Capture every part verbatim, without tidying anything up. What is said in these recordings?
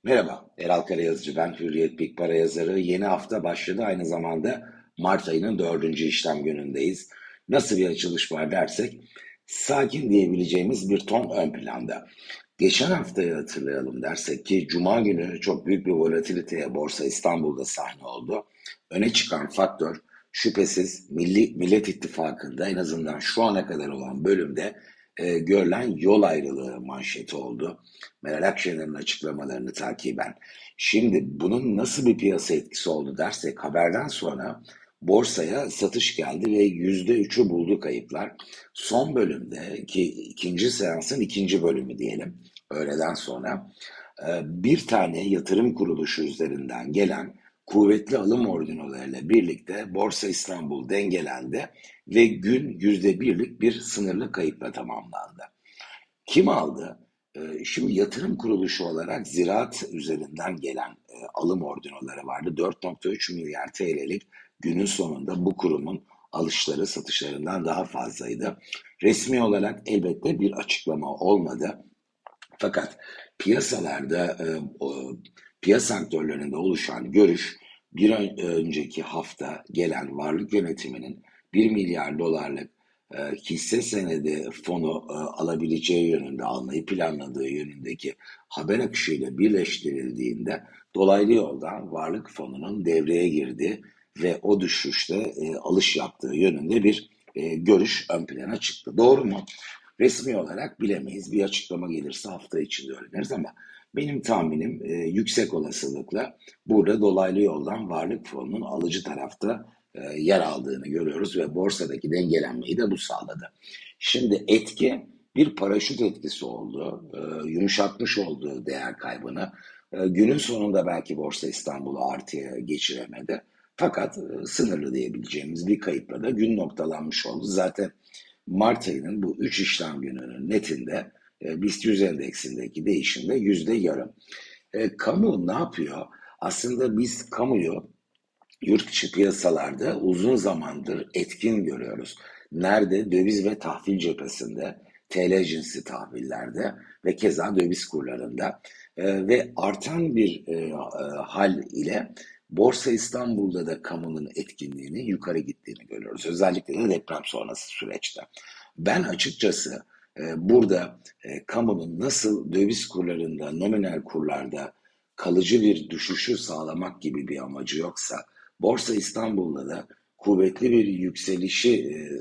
Merhaba, Eral Karayazıcı ben, Hürriyet Big Para yazarı. Yeni hafta başladı, aynı zamanda Mart ayının dördüncü işlem günündeyiz. Nasıl bir açılış var dersek, sakin diyebileceğimiz bir ton ön planda. Geçen haftayı hatırlayalım dersek ki Cuma günü çok büyük bir volatiliteye Borsa İstanbul'da sahne oldu. Öne çıkan faktör şüphesiz Milli, Millet İttifakı'nda en azından şu ana kadar olan bölümde e, görülen yol ayrılığı manşeti oldu. Meral Akşener'in açıklamalarını takiben. Şimdi bunun nasıl bir piyasa etkisi oldu dersek, haberden sonra borsaya satış geldi ve yüzde üçü buldu kayıplar. Son bölümde, ki ikinci seansın ikinci bölümü diyelim, öğleden sonra e, bir tane yatırım kuruluşu üzerinden gelen kuvvetli alım ordinolarıyla birlikte Borsa İstanbul dengelendi ve gün yüzde birlik bir sınırlı kayıpla tamamlandı. Kim aldı? Ee, Şimdi yatırım kuruluşu olarak Ziraat üzerinden gelen e, alım ordinoları vardı. dört nokta üç milyar T L'lik günün sonunda bu kurumun alışları satışlarından daha fazlaydı. Resmi olarak elbette bir açıklama olmadı. Fakat piyasalarda, e, o, piyasa aktörlerinde oluşan görüş, bir önceki hafta gelen varlık yönetiminin bir milyar dolarlık e, hisse senedi fonu e, alabileceği yönünde, almayı planladığı yönündeki haber akışıyla birleştirildiğinde dolaylı yoldan varlık fonunun devreye girdiği ve o düşüşte e, alış yaptığı yönünde bir e, görüş ön plana çıktı. Doğru mu? Resmi olarak bilemeyiz. Bir açıklama gelirse hafta içinde öğreniriz ama benim tahminim e, yüksek olasılıkla burada dolaylı yoldan varlık fonunun alıcı tarafta e, yer aldığını görüyoruz ve borsadaki dengelenmeyi de bu sağladı. Şimdi etki bir paraşüt etkisi oldu. E, yumuşatmış olduğu değer kaybını. E, günün sonunda belki Borsa İstanbul'u artıya geçiremedi. Fakat e, sınırlı diyebileceğimiz bir kayıpla da gün noktalanmış oldu. Zaten Mart ayının bu üç işlem gününün netinde e, BIST yüz endeksindeki değişimde yüzde yarım. E, kamu ne yapıyor? Aslında biz kamuyu yurt içi piyasalarda uzun zamandır etkin görüyoruz. Nerede? Döviz ve tahvil cephesinde, T L cinsi tahvillerde ve keza döviz kurlarında. E, ve artan bir e, e, hal ile Borsa İstanbul'da da kamunun etkinliğini yukarı gittiğini görüyoruz. Özellikle de deprem sonrası süreçte. Ben açıkçası e, burada e, kamunun nasıl döviz kurlarında, nominal kurlarda kalıcı bir düşüşü sağlamak gibi bir amacı yoksa, Borsa İstanbul'da da kuvvetli bir yükselişi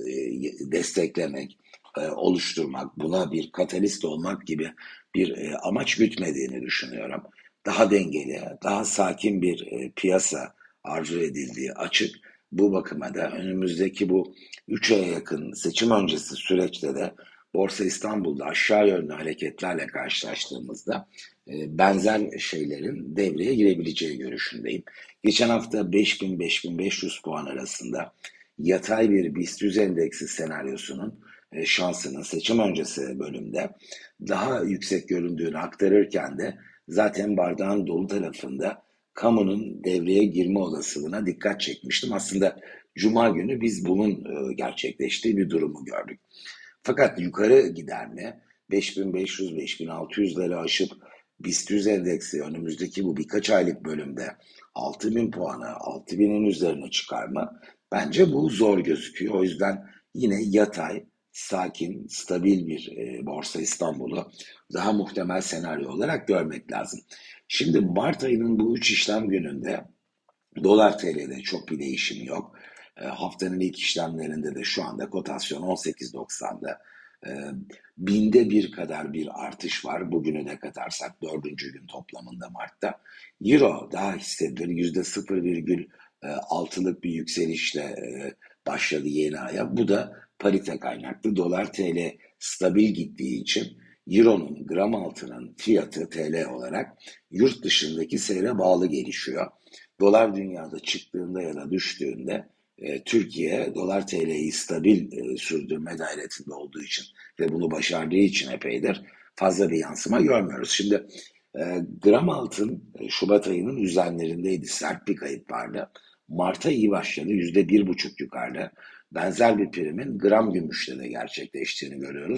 e, desteklemek, e, oluşturmak, buna bir katalist olmak gibi bir e, amaç gütmediğini düşünüyorum. Daha dengeli, daha sakin bir e, piyasa arzu edildiği açık. Bu bakıma da önümüzdeki bu üç aya yakın seçim öncesi süreçte de Borsa İstanbul'da aşağı yönlü hareketlerle karşılaştığımızda e, benzer şeylerin devreye girebileceği görüşündeyim. Geçen hafta beş bin beş bin beş yüz puan arasında yatay bir BIST yüz endeksi senaryosunun e, şansının seçim öncesi bölümde daha yüksek göründüğünü aktarırken de zaten bardağın dolu tarafında kamunun devreye girme olasılığına dikkat çekmiştim. Aslında Cuma günü biz bunun e, gerçekleştiği bir durumu gördük. Fakat yukarı gider mi? beş bin beş yüz beş bin altı yüzleri aşıp BIST yüz endeksi önümüzdeki bu birkaç aylık bölümde altı bin puanı, altı binin üzerine çıkar mı? Bence bu zor gözüküyor. O yüzden yine yatay, sakin, stabil bir e, Borsa İstanbul'u daha muhtemel senaryo olarak görmek lazım. Şimdi Mart ayının bu üç işlem gününde Dolar T L'de çok bir değişim yok. E, haftanın ilk işlemlerinde de şu anda kotasyon on sekiz doksanda. E, binde bir kadar bir artış var. Bugünü de katarsak dördüncü gün toplamında Mart'ta. Euro daha hissedilir. yüzde sıfır virgül altılık bir yükselişle e, başladı yeni aya. Bu da parite kaynaklı. Dolar T L stabil gittiği için Euro'nun gram altının fiyatı T L olarak yurt dışındaki seyre bağlı gelişiyor. Dolar dünyada çıktığında ya da düştüğünde e, Türkiye dolar T L'yi stabil e, sürdürme gayretinde olduğu için ve bunu başardığı için epeydir fazla bir yansıma görmüyoruz. Şimdi e, gram altın e, Şubat ayının üzerlerindeydi. Sert bir kayıp vardı. Mart'a iyi başladı. Yüzde bir buçuk yukarıda. Benzer bir primin gram gümüşte de gerçekleştiğini görüyoruz.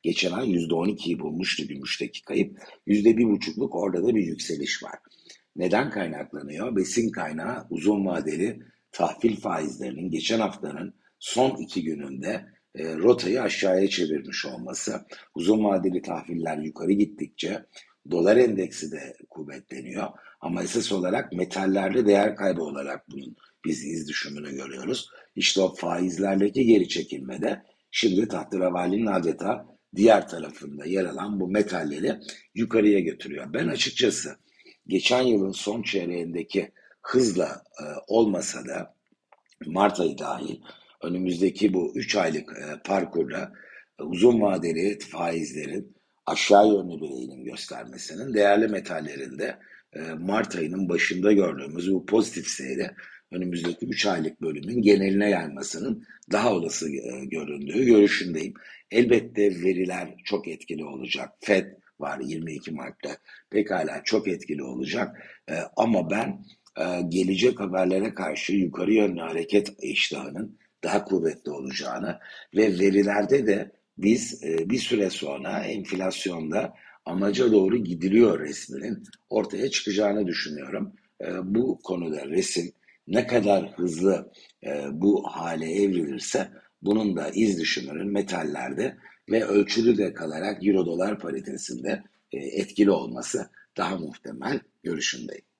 Geçen ay yüzde on ikiyi bulmuştu gümüşteki kayıp. Yüzde bir buçukluk orada da bir yükseliş var. Neden kaynaklanıyor? Besin kaynağı uzun vadeli tahvil faizlerinin geçen haftanın son iki gününde e, rotayı aşağıya çevirmiş olması. Uzun vadeli tahviller yukarı gittikçe dolar endeksi de kuvvetleniyor. Ama esas olarak metallerde değer kaybı olarak bunun biz iz düşümünü görüyoruz. İşte o faizlerdeki geri çekilmede şimdi tahterevalinin adeta diğer tarafında yer alan bu metalleri yukarıya götürüyor. Ben açıkçası geçen yılın son çeyreğindeki hızla e, olmasa da Mart ayı dahil önümüzdeki bu üç aylık e, parkurda e, uzun vadeli faizlerin aşağı yönlü bir eğilim göstermesinin değerli metallerinde e, Mart ayının başında gördüğümüz bu pozitif seyri önümüzdeki üç aylık bölümün geneline yaymasının daha olası e, göründüğü görüşündeyim. Elbette veriler çok etkili olacak. Fed var yirmi iki Mart'ta pekala çok etkili olacak. E, ama ben e, gelecek haberlere karşı yukarı yönlü hareket iştahının daha kuvvetli olacağını ve verilerde de biz e, bir süre sonra enflasyonda amaca doğru gidiliyor resminin ortaya çıkacağını düşünüyorum. E, bu konuda resim ne kadar hızlı e, bu hale evrilirse bunun da iz düşümünün metallerde ve ölçülü de kalarak euro dolar paritesinde e, etkili olması daha muhtemel görüşündeyim.